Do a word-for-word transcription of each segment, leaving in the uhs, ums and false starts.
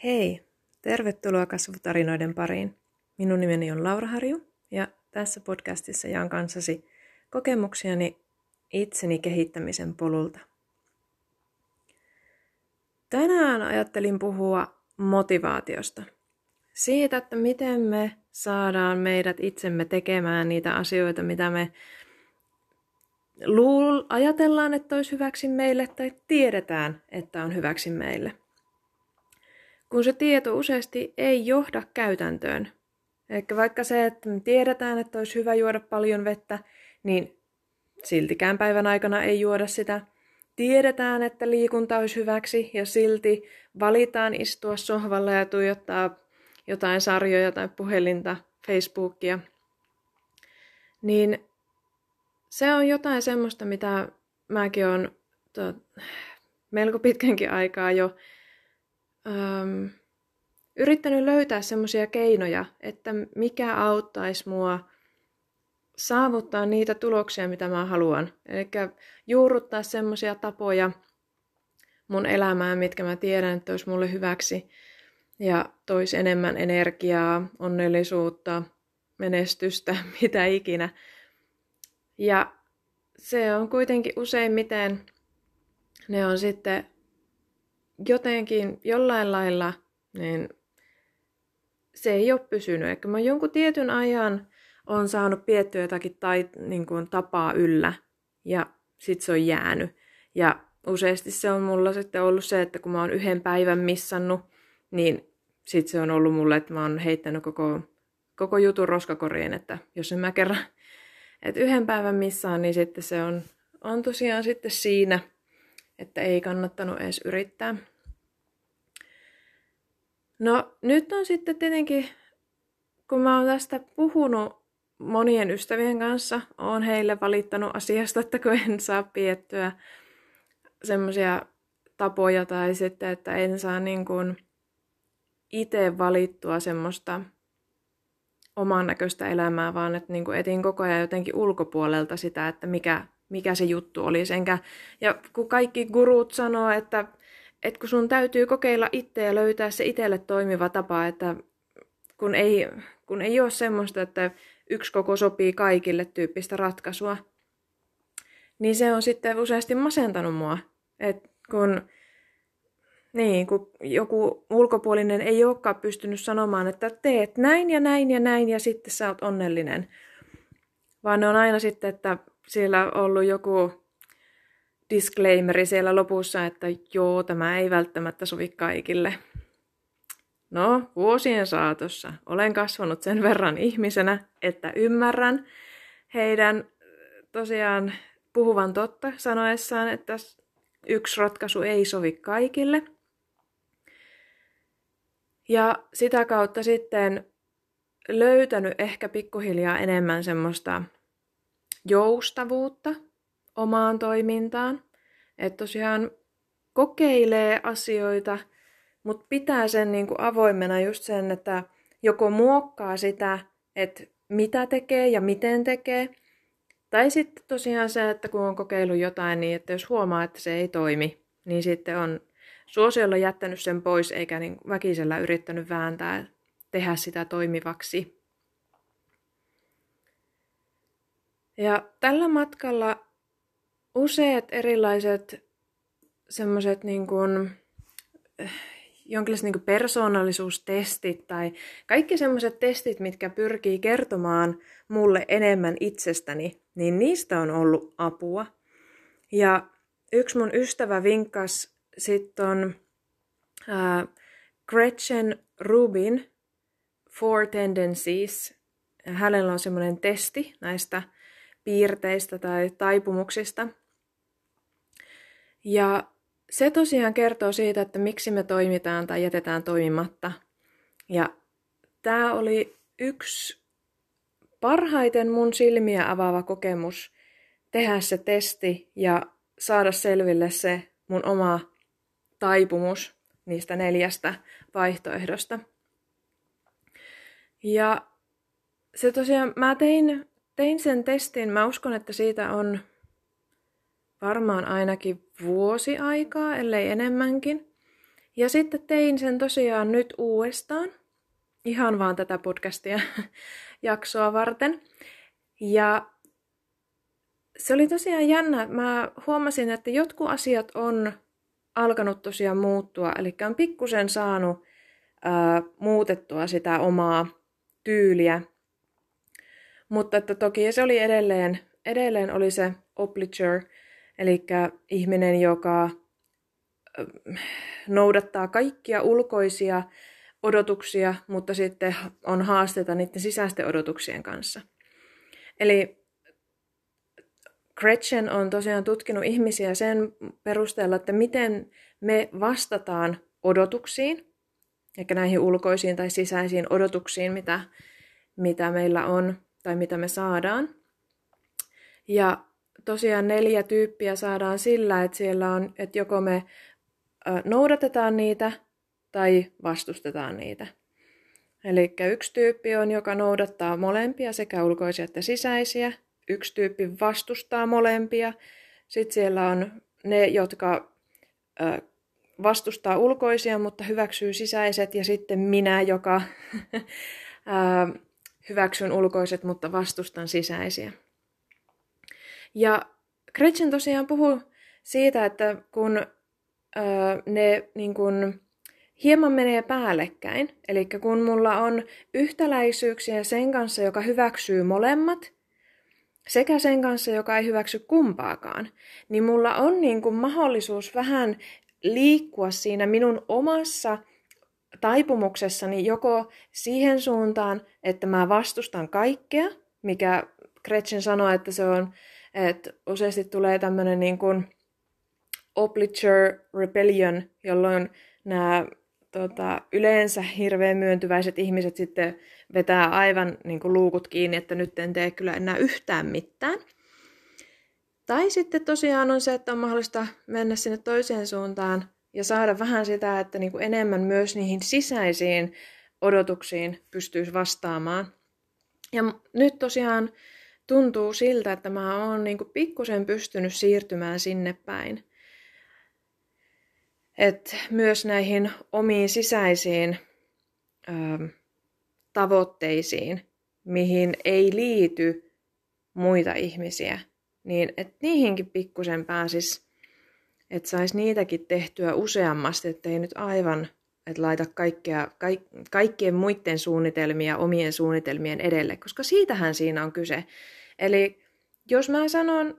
Hei, tervetuloa kasvutarinoiden pariin. Minun nimeni on Laura Harju ja tässä podcastissa jaan kanssasi kokemuksiani itseni kehittämisen polulta. Tänään ajattelin puhua motivaatiosta. Siitä, että miten me saadaan meidät itsemme tekemään niitä asioita, mitä me luul, ajatellaan, että olisi hyväksi meille tai tiedetään, että on hyväksi meille. Kun se tieto useasti ei johda käytäntöön. Eli vaikka se, että me tiedetään, että olisi hyvä juoda paljon vettä, niin siltikään päivän aikana ei juoda sitä. Tiedetään, että liikunta olisi hyväksi ja silti valitaan istua sohvalla ja tuijottaa jotain sarjoja tai puhelinta, Facebookia. Niin se on jotain semmoista, mitä mäkin olen to, melko pitkänkin aikaa jo Öm, yrittänyt löytää semmoisia keinoja, että mikä auttaisi mua saavuttaa niitä tuloksia, mitä mä haluan. Eli juurruttaa semmoisia tapoja mun elämään, mitkä mä tiedän, että olisi mulle hyväksi ja toisi enemmän energiaa, onnellisuutta, menestystä, mitä ikinä. Ja se on kuitenkin useimmiten, ne on sitten jotenkin jollain lailla, niin se ei ole pysynyt. Eli mä jonkun tietyn ajan on saanut piettyä jotakin tai, niin kuin, tapaa yllä ja sitten se on jäänyt. Ja useasti se on mulla sitten ollut se, että kun mä oon yhden päivän missannut, niin sitten se on ollut mulle, että mä oon heittänyt koko, koko jutun roskakoriin, että jos en mä kerran että yhden päivän missaan, niin sitten se on, on tosiaan sitten siinä, että ei kannattanut edes yrittää. No nyt on sitten tietenkin, kun mä oon tästä puhunut monien ystävien kanssa, oon heille valittanut asiasta, että kun en saa piettyä semmoisia tapoja tai sitten, että en saa niin kuin itse valittua semmoista oman näköistä elämää, vaan että niin kuin etin koko ajan jotenkin ulkopuolelta sitä, että mikä, mikä se juttu olisi. Enkä, ja kun kaikki gurut sanoo, että että kun sun täytyy kokeilla itse ja löytää se itselle toimiva tapa, että kun ei, kun ei ole semmoista, että yksi koko sopii kaikille tyyppistä ratkaisua, niin se on sitten useasti masentanut mua. Et kun, niin, kun joku ulkopuolinen ei olekaan pystynyt sanomaan, että teet näin ja näin ja näin ja sitten sä oot onnellinen. Vaan ne on aina sitten, että siellä on ollut joku disclaimeri siellä lopussa, että joo, tämä ei välttämättä sovi kaikille. No, vuosien saatossa olen kasvanut sen verran ihmisenä, että ymmärrän heidän tosiaan puhuvan totta sanoessaan, että yksi ratkaisu ei sovi kaikille. Ja sitä kautta sitten löytänyt ehkä pikkuhiljaa enemmän semmoista joustavuutta omaan toimintaan. Että tosiaan kokeilee asioita, mutta pitää sen niin kuin avoimena just sen, että joko muokkaa sitä, että mitä tekee ja miten tekee. Tai sitten tosiaan se, että kun on kokeillut jotain, niin että jos huomaa, että se ei toimi, niin sitten on suosiolla jättänyt sen pois, eikä niin väkisellä yrittänyt vääntää, tehdä sitä toimivaksi. Ja tällä matkalla useat erilaiset semmoiset niin kuin, jonkinlaiset niin kuin persoonallisuustestit tai kaikki semmoiset testit, mitkä pyrkii kertomaan mulle enemmän itsestäni, niin niistä on ollut apua. Ja yksi mun ystävä vinkkasi sitten on äh, Gretchen Rubin Four Tendencies. Hänellä on semmoinen testi näistä piirteistä tai taipumuksista. Ja se tosiaan kertoo siitä, että miksi me toimitaan tai jätetään toimimatta. Ja tämä oli yksi parhaiten mun silmiä avaava kokemus tehdä se testi ja saada selville se mun oma taipumus niistä neljästä vaihtoehdosta. Ja se tosiaan, mä tein, tein sen testin, mä uskon, että siitä on varmaan ainakin vuosi aikaa, ellei enemmänkin. Ja sitten tein sen tosiaan nyt uudestaan, ihan vaan tätä podcastia jaksoa varten. Ja se oli tosiaan jännä. Mä huomasin, että jotkut asiat on alkanut tosiaan muuttua, eli on pikkusen saanut ää, muutettua sitä omaa tyyliä. Mutta että toki se oli edelleen, edelleen oli se obliger, eli ihminen, joka noudattaa kaikkia ulkoisia odotuksia, mutta sitten on haasteita niiden sisäisten odotuksien kanssa. Eli Gretchen on tosiaan tutkinut ihmisiä sen perusteella, että miten me vastataan odotuksiin, eikä näihin ulkoisiin tai sisäisiin odotuksiin, mitä, mitä meillä on tai mitä me saadaan. Ja tosiaan neljä tyyppiä saadaan sillä, että siellä on, että joko me noudatetaan niitä tai vastustetaan niitä. Eli yksi tyyppi on, joka noudattaa molempia, sekä ulkoisia että sisäisiä. Yksi tyyppi vastustaa molempia. Sitten siellä on ne, jotka vastustaa ulkoisia, mutta hyväksyy sisäiset. Ja sitten minä, joka hyväksyn ulkoiset, mutta vastustan sisäisiä. Ja Gretchen tosiaan puhuu siitä, että kun ne niin kun hieman menee päällekkäin, eli kun mulla on yhtäläisyyksiä sen kanssa, joka hyväksyy molemmat, sekä sen kanssa, joka ei hyväksy kumpaakaan, niin mulla on niin kun mahdollisuus vähän liikkua siinä minun omassa taipumuksessani joko siihen suuntaan, että mä vastustan kaikkea, mikä Gretchen sanoi, että se on, että useasti tulee tämmöinen niin kuin obliger rebellion, jolloin nämä tota, yleensä hirveän myöntyväiset ihmiset sitten vetää aivan niin kuin luukut kiinni, että nyt en tee kyllä enää yhtään mitään. Tai sitten tosiaan on se, että on mahdollista mennä sinne toiseen suuntaan ja saada vähän sitä, että niin kuin enemmän myös niihin sisäisiin odotuksiin pystyisi vastaamaan. Ja nyt tosiaan tuntuu siltä, että mä oon niin kuin pikkusen pystynyt siirtymään sinne päin. Et myös näihin omiin sisäisiin ö, tavoitteisiin, mihin ei liity muita ihmisiä, niin että niihinkin pikkusen pääsis, että saisi niitäkin tehtyä useammasti, ettei nyt aivan, että laita kaikkea, kaik, kaikkien muiden suunnitelmia omien suunnitelmien edelle, koska siitähän siinä on kyse. Eli jos mä sanon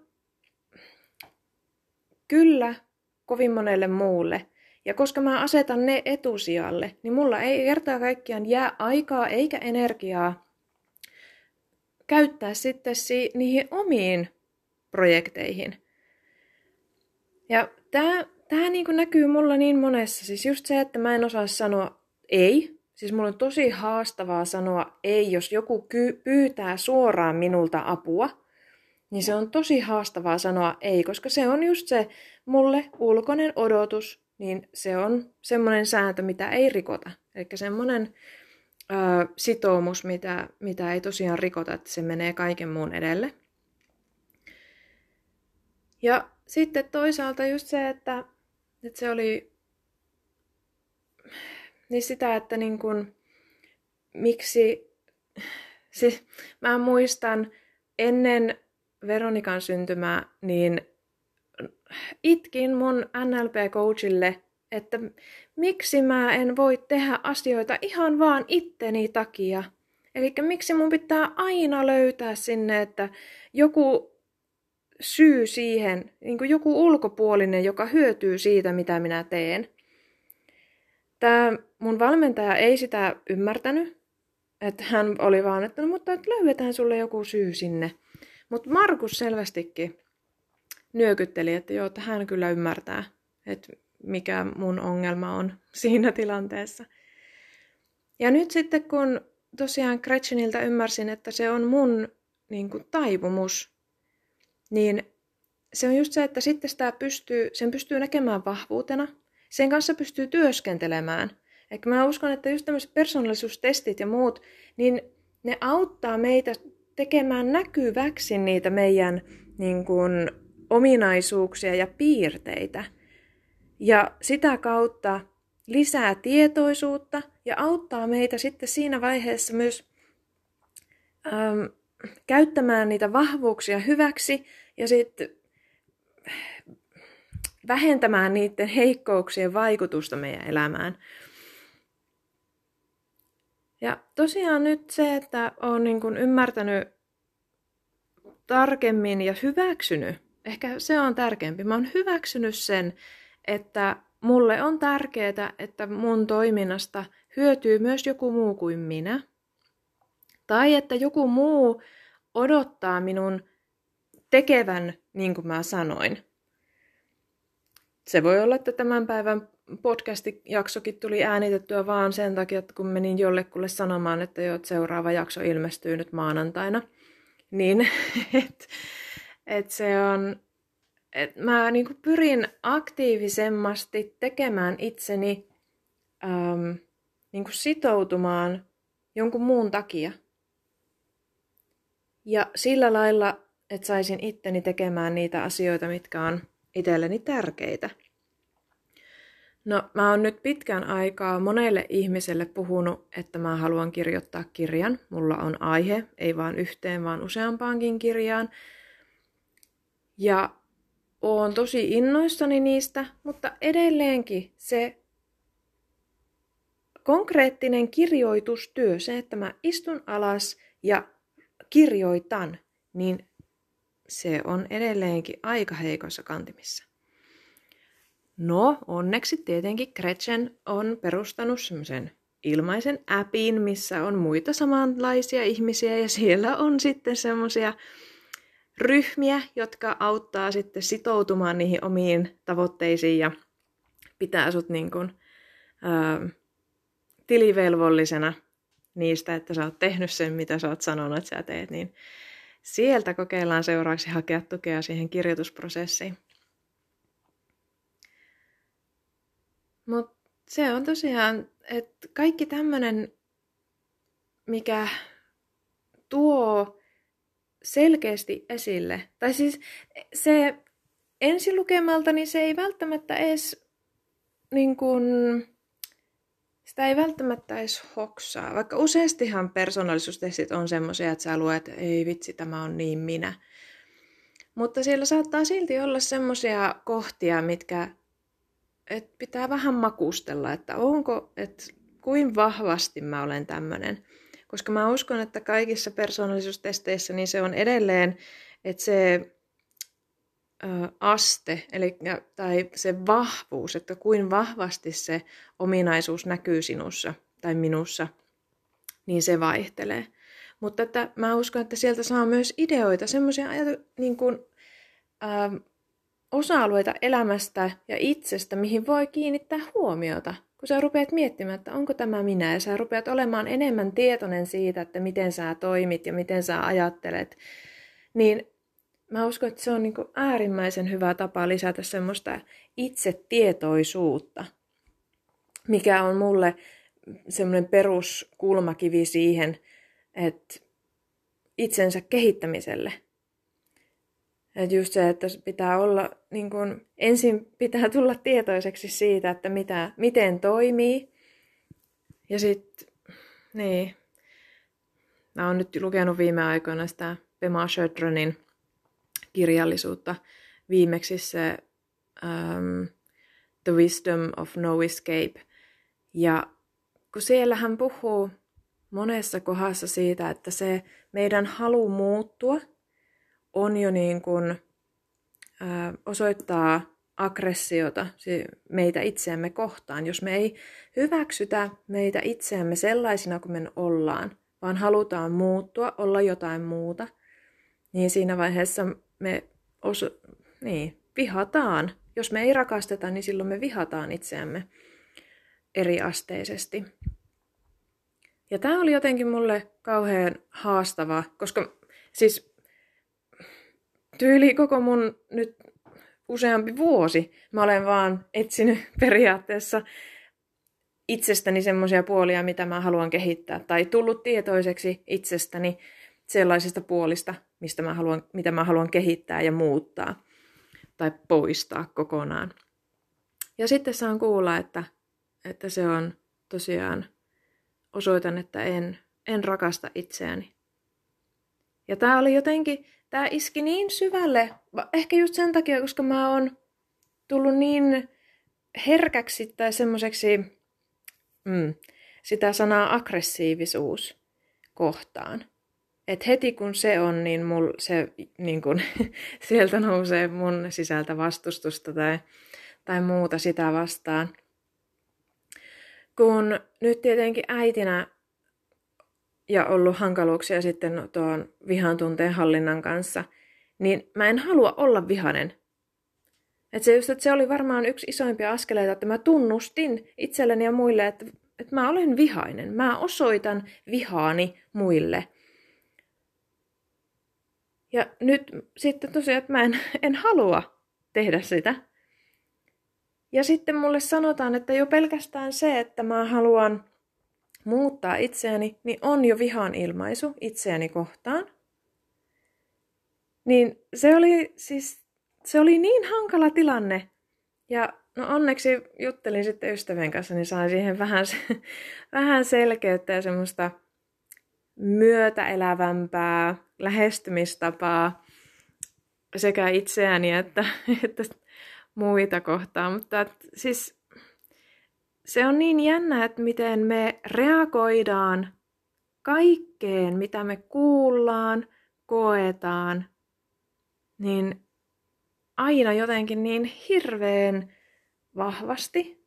kyllä kovin monelle muulle, ja koska mä asetan ne etusijalle, niin mulla ei kertaa kaikkiaan jää aikaa eikä energiaa käyttää sitten si- niihin omiin projekteihin. Ja tää, tää niinku näkyy mulla niin monessa. Siis just se, että mä en osaa sanoa ei. Siis mulla on tosi haastavaa sanoa ei, jos joku ky- pyytää suoraan minulta apua. Niin se on tosi haastavaa sanoa ei, koska se on just se mulle ulkoinen odotus, niin se on semmoinen sääntö, mitä ei rikota. Eli semmoinen ö, sitoumus, mitä, mitä ei tosiaan rikota, että se menee kaiken muun edelle. Ja sitten toisaalta just se, että, että se oli niin sitä, että niin kun, miksi, siis mä muistan ennen Veronikan syntymää, niin itkin mun N L P-coachille, että miksi mä en voi tehdä asioita ihan vaan itteni takia. Eli miksi mun pitää aina löytää sinne, että joku syy siihen, niin kuin joku ulkopuolinen, joka hyötyy siitä, mitä minä teen. Tämä mun valmentaja ei sitä ymmärtänyt, että hän oli vaan, että no, mutta löydetään sulle joku syy sinne. Mutta Markus selvästikin nyökytteli, että joo, että hän kyllä ymmärtää, että mikä mun ongelma on siinä tilanteessa. Ja nyt sitten kun tosiaan Gretcheniltä ymmärsin, että se on mun niin kuin, taipumus, niin se on just se, että sitten sitä pystyy, sen pystyy näkemään vahvuutena, sen kanssa pystyy työskentelemään. Eikä mä uskon, että just tämmöiset persoonallisuustestit ja muut, niin ne auttaa meitä tekemään näkyväksi niitä meidän niin kuin, ominaisuuksia ja piirteitä. Ja sitä kautta lisää tietoisuutta ja auttaa meitä sitten siinä vaiheessa myös äm, käyttämään niitä vahvuuksia hyväksi ja sitten vähentämään niiden heikkouksien vaikutusta meidän elämään. Ja tosiaan nyt se, että olen niin kuin ymmärtänyt tarkemmin ja hyväksynyt, ehkä se on tärkeämpi, mä oon hyväksynyt sen, että mulle on tärkeää, että mun toiminnasta hyötyy myös joku muu kuin minä. Tai että joku muu odottaa minun tekevän niin kuin mä sanoin. Se voi olla, että tämän päivän podcast-jaksokin tuli äänitettyä vaan sen takia, että kun menin jollekulle sanomaan, että jo, että seuraava jakso ilmestyy nyt maanantaina. Niin, että et se on, että mä niinku pyrin aktiivisemmasti tekemään itseni äm, niinku sitoutumaan jonkun muun takia. Ja sillä lailla, että saisin itteni tekemään niitä asioita, mitkä on itselleni tärkeitä. No, mä oon nyt pitkän aikaa monelle ihmiselle puhunut, että mä haluan kirjoittaa kirjan. Mulla on aihe, ei vaan yhteen, vaan useampaankin kirjaan. Ja oon tosi innoissani niistä, mutta edelleenkin se konkreettinen kirjoitustyö, se, että mä istun alas ja kirjoitan, niin se on edelleenkin aika heikoissa kantimissa. No, onneksi tietenkin Gretchen on perustanut semmoisen ilmaisen appin, missä on muita samanlaisia ihmisiä ja siellä on sitten semmoisia ryhmiä, jotka auttaa sitten sitoutumaan niihin omiin tavoitteisiin ja pitää sut niin kuin, ää, tilivelvollisena niistä, että sä oot tehnyt sen, mitä sä oot sanonut, että sä teet, niin sieltä kokeillaan seuraavaksi hakea tukea siihen kirjoitusprosessiin. Mutta se on tosiaan, että kaikki tämmöinen, mikä tuo selkeästi esille, tai siis se ensilukemalta, niin se ei välttämättä edes, niin kun, sitä ei välttämättä edes hoksaa. Vaikka useastihan persoonallisuustestit on semmoisia, että sä luet, että ei vitsi, tämä on niin minä. Mutta siellä saattaa silti olla semmoisia kohtia, mitkä et pitää vähän makustella, että onko, että kuin vahvasti mä olen tämmöinen. Koska mä uskon, että kaikissa persoonallisuustesteissä niin se on edelleen, että se ö, aste, eli, tai se vahvuus, että kuin vahvasti se ominaisuus näkyy sinussa tai minussa, niin se vaihtelee. Mutta että mä uskon, että sieltä saa myös ideoita, semmoisia niin kuin, ö, osa-alueita elämästä ja itsestä, mihin voi kiinnittää huomiota. Kun sä rupeat miettimään, että onko tämä minä, ja sä rupeat olemaan enemmän tietoinen siitä, että miten sä toimit ja miten sä ajattelet, niin mä uskon, että se on niin kuin äärimmäisen hyvä tapa lisätä semmoista itsetietoisuutta, mikä on mulle semmoinen peruskulmakivi siihen, että itsensä kehittämiselle. Että just se, että pitää olla, niin kun, ensin pitää tulla tietoiseksi siitä, että mitä, miten toimii. Ja sitten, niin, mä oon nyt lukenut viime aikoina sitä Pema Chodronin kirjallisuutta. Viimeksi se um, The Wisdom of No Escape. Ja kun siellä hän puhuu monessa kohdassa siitä, että se meidän halu muuttua on jo niin kuin, ää, osoittaa aggressiota meitä itseämme kohtaan. Jos me ei hyväksytä meitä itseämme sellaisina kuin me ollaan, vaan halutaan muuttua, olla jotain muuta, niin siinä vaiheessa me oso- niin, vihataan. Jos me ei rakasteta, niin silloin me vihataan itseämme eriasteisesti. Ja tämä oli jotenkin mulle kauhean haastavaa, koska siis tyyli koko mun nyt useampi vuosi mä olen vaan etsinyt periaatteessa itsestäni semmoisia puolia, mitä mä haluan kehittää, tai tullut tietoiseksi itsestäni sellaisista puolista, mistä mä haluan, mitä mä haluan kehittää ja muuttaa tai poistaa kokonaan. Ja sitten saan kuulla, että, että se on tosiaan, osoitan, että en, en rakasta itseäni. Ja tää oli jotenkin, tää iski niin syvälle, ehkä just sen takia, koska mä oon tullut niin herkäksi tai semmoiseksi, mm, sitä sanaa aggressiivisuus kohtaan. Et heti kun se on, niin mul se, niin kun, sieltä nousee mun sisältä vastustusta tai, tai muuta sitä vastaan. Kun nyt tietenkin äitinä ja ollut hankaluuksia sitten tuon vihan tunteen hallinnan kanssa, niin mä en halua olla vihanen. Et se, just, että se oli varmaan yksi isoimpia askeleita, että mä tunnustin itselleni ja muille, että, että mä olen vihainen. Mä osoitan vihaani muille. Ja nyt sitten tosiaan, että mä en, en halua tehdä sitä. Ja sitten mulle sanotaan, että jo pelkästään se, että mä haluan muuttaa itseäni, niin on jo vihan ilmaisu itseäni kohtaan. Niin se oli siis, se oli niin hankala tilanne. Ja no onneksi juttelin sitten ystävien kanssa, niin sain siihen vähän, vähän selkeyttä ja semmoista myötäelävämpää lähestymistapaa sekä itseäni että, että muita kohtaan. Mutta siis se on niin jännä, että miten me reagoidaan kaikkeen, mitä me kuullaan, koetaan, niin aina jotenkin niin hirveän vahvasti.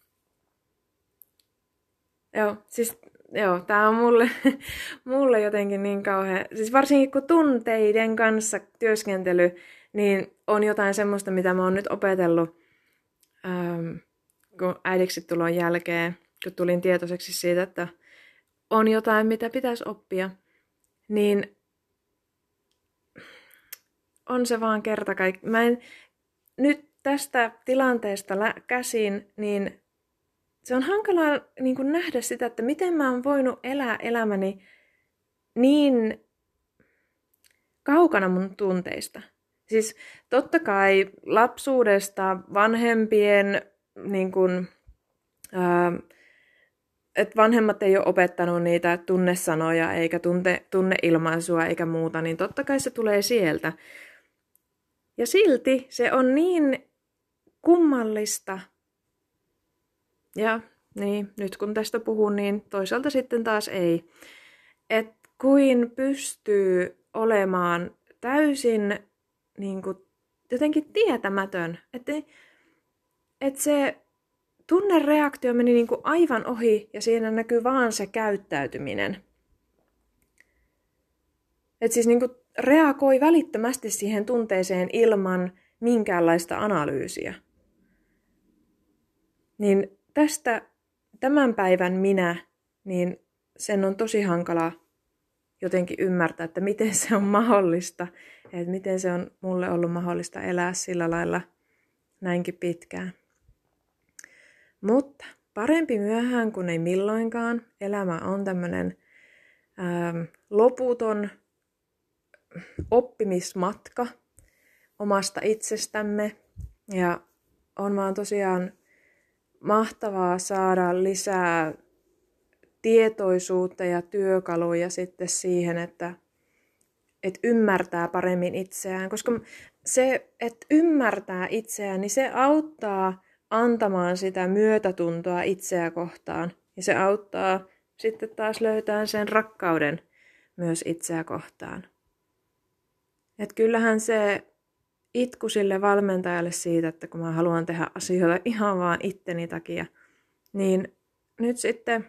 Joo, siis joo, tää on mulle, mulle jotenkin niin kauhean, siis varsinkin kun tunteiden kanssa työskentely, niin on jotain semmoista, mitä mä oon nyt opetellut, ähm, kun äidiksi tulon jälkeen, kun tulin tietoiseksi siitä, että on jotain, mitä pitäisi oppia, niin on se vaan kerta kaikki. Mä en nyt tästä tilanteesta käsin, niin se on hankalaa niin kuin nähdä sitä, että miten mä oon voinut elää elämäni niin kaukana mun tunteista. Siis totta kai lapsuudesta, vanhempien, niin kuin, ää, että vanhemmat ei ole opettanut niitä tunnesanoja eikä tunte, tunneilmaisua eikä muuta, niin totta kai se tulee sieltä. Ja silti se on niin kummallista. Ja niin, nyt kun tästä puhun, niin toisaalta sitten taas ei. Että kuin pystyy olemaan täysin niin kuin, jotenkin tietämätön. Että et se tunnereaktio meni niin kuin aivan ohi ja siinä näkyy vaan se käyttäytyminen. Että siis niin kuin reagoi välittömästi siihen tunteeseen ilman minkäänlaista analyysiä. Niin tästä tämän päivän minä, niin sen on tosi hankala jotenkin ymmärtää, että miten se on mahdollista, että miten se on mulle ollut mahdollista elää sillä lailla näinkin pitkään. Mutta parempi myöhään kuin ei milloinkaan. Elämä on tämmöinen ää, loputon oppimismatka omasta itsestämme ja on vaan tosiaan mahtavaa saada lisää tietoisuutta ja työkaluja sitten siihen, että, että ymmärtää paremmin itseään. Koska se, että ymmärtää itseään, niin se auttaa antamaan sitä myötätuntoa itseä kohtaan. Ja se auttaa sitten taas löytämään sen rakkauden myös itseä kohtaan. Että kyllähän se itku sille valmentajalle siitä, että kun mä haluan tehdä asioita ihan vaan itteni takia, niin nyt sitten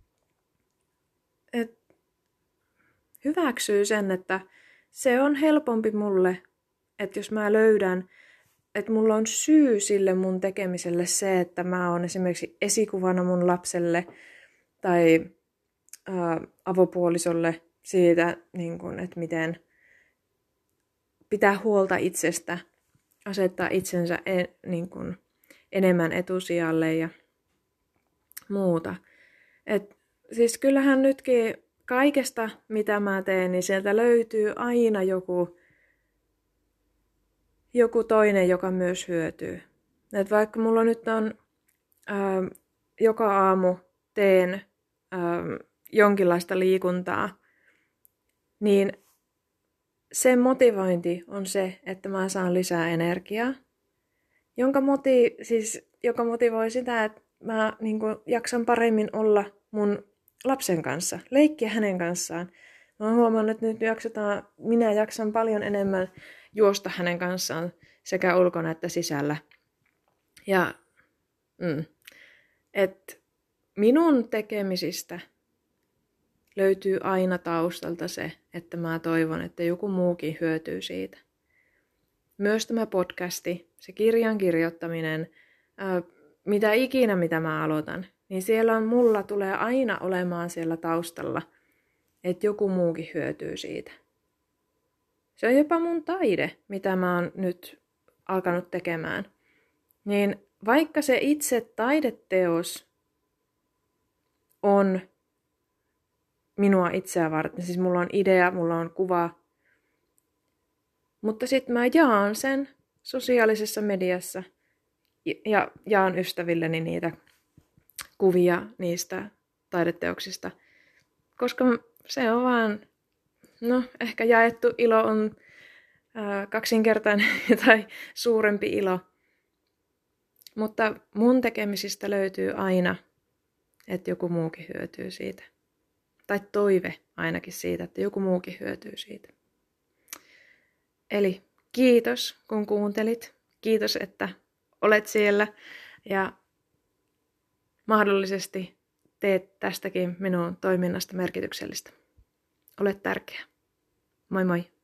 et hyväksyy sen, että se on helpompi mulle, että jos mä löydän, että mulla on syy sille mun tekemiselle se, että mä oon esimerkiksi esikuvana mun lapselle tai ää, avopuolisolle siitä, niin kun, että miten pitää huolta itsestä, asettaa itsensä en, niin kuin enemmän etusijalle ja muuta. Et, siis kyllähän nytkin kaikesta, mitä mä teen, niin sieltä löytyy aina joku, joku toinen, joka myös hyötyy. Et vaikka mulla nyt on ää, joka aamu teen ähm, jonkinlaista liikuntaa, niin se motivointi on se, että mä saan lisää energiaa, jonka, moti, siis, joka motivoi sitä, että mä niin kuin, jaksan paremmin olla mun lapsen kanssa, leikkiä hänen kanssaan. Mä oon huomannut, että nyt jaksetaan, minä jaksan paljon enemmän juosta hänen kanssaan sekä ulkona että sisällä. Ja mm, että minun tekemisistä löytyy aina taustalta se, että mä toivon, että joku muukin hyötyy siitä. Myös tämä podcasti, se kirjan kirjoittaminen, ää, mitä ikinä mitä mä aloitan, niin siellä on, mulla tulee aina olemaan siellä taustalla, että joku muukin hyötyy siitä. Se on jopa mun taide, mitä mä oon nyt alkanut tekemään. Niin vaikka se itse taideteos on minua itseä varten, siis mulla on idea, mulla on kuva, mutta sitten mä jaan sen sosiaalisessa mediassa ja jaan ystävilleni niitä kuvia niistä taideteoksista, koska se on vaan, no ehkä jaettu ilo on ää, kaksinkertainen tai suurempi ilo, mutta mun tekemisistä löytyy aina, että joku muukin hyötyy siitä. Tai toive ainakin siitä, että joku muukin hyötyy siitä. Eli kiitos, kun kuuntelit. Kiitos, että olet siellä ja mahdollisesti teet tästäkin minun toiminnasta merkityksellistä. Olet tärkeä. Moi moi!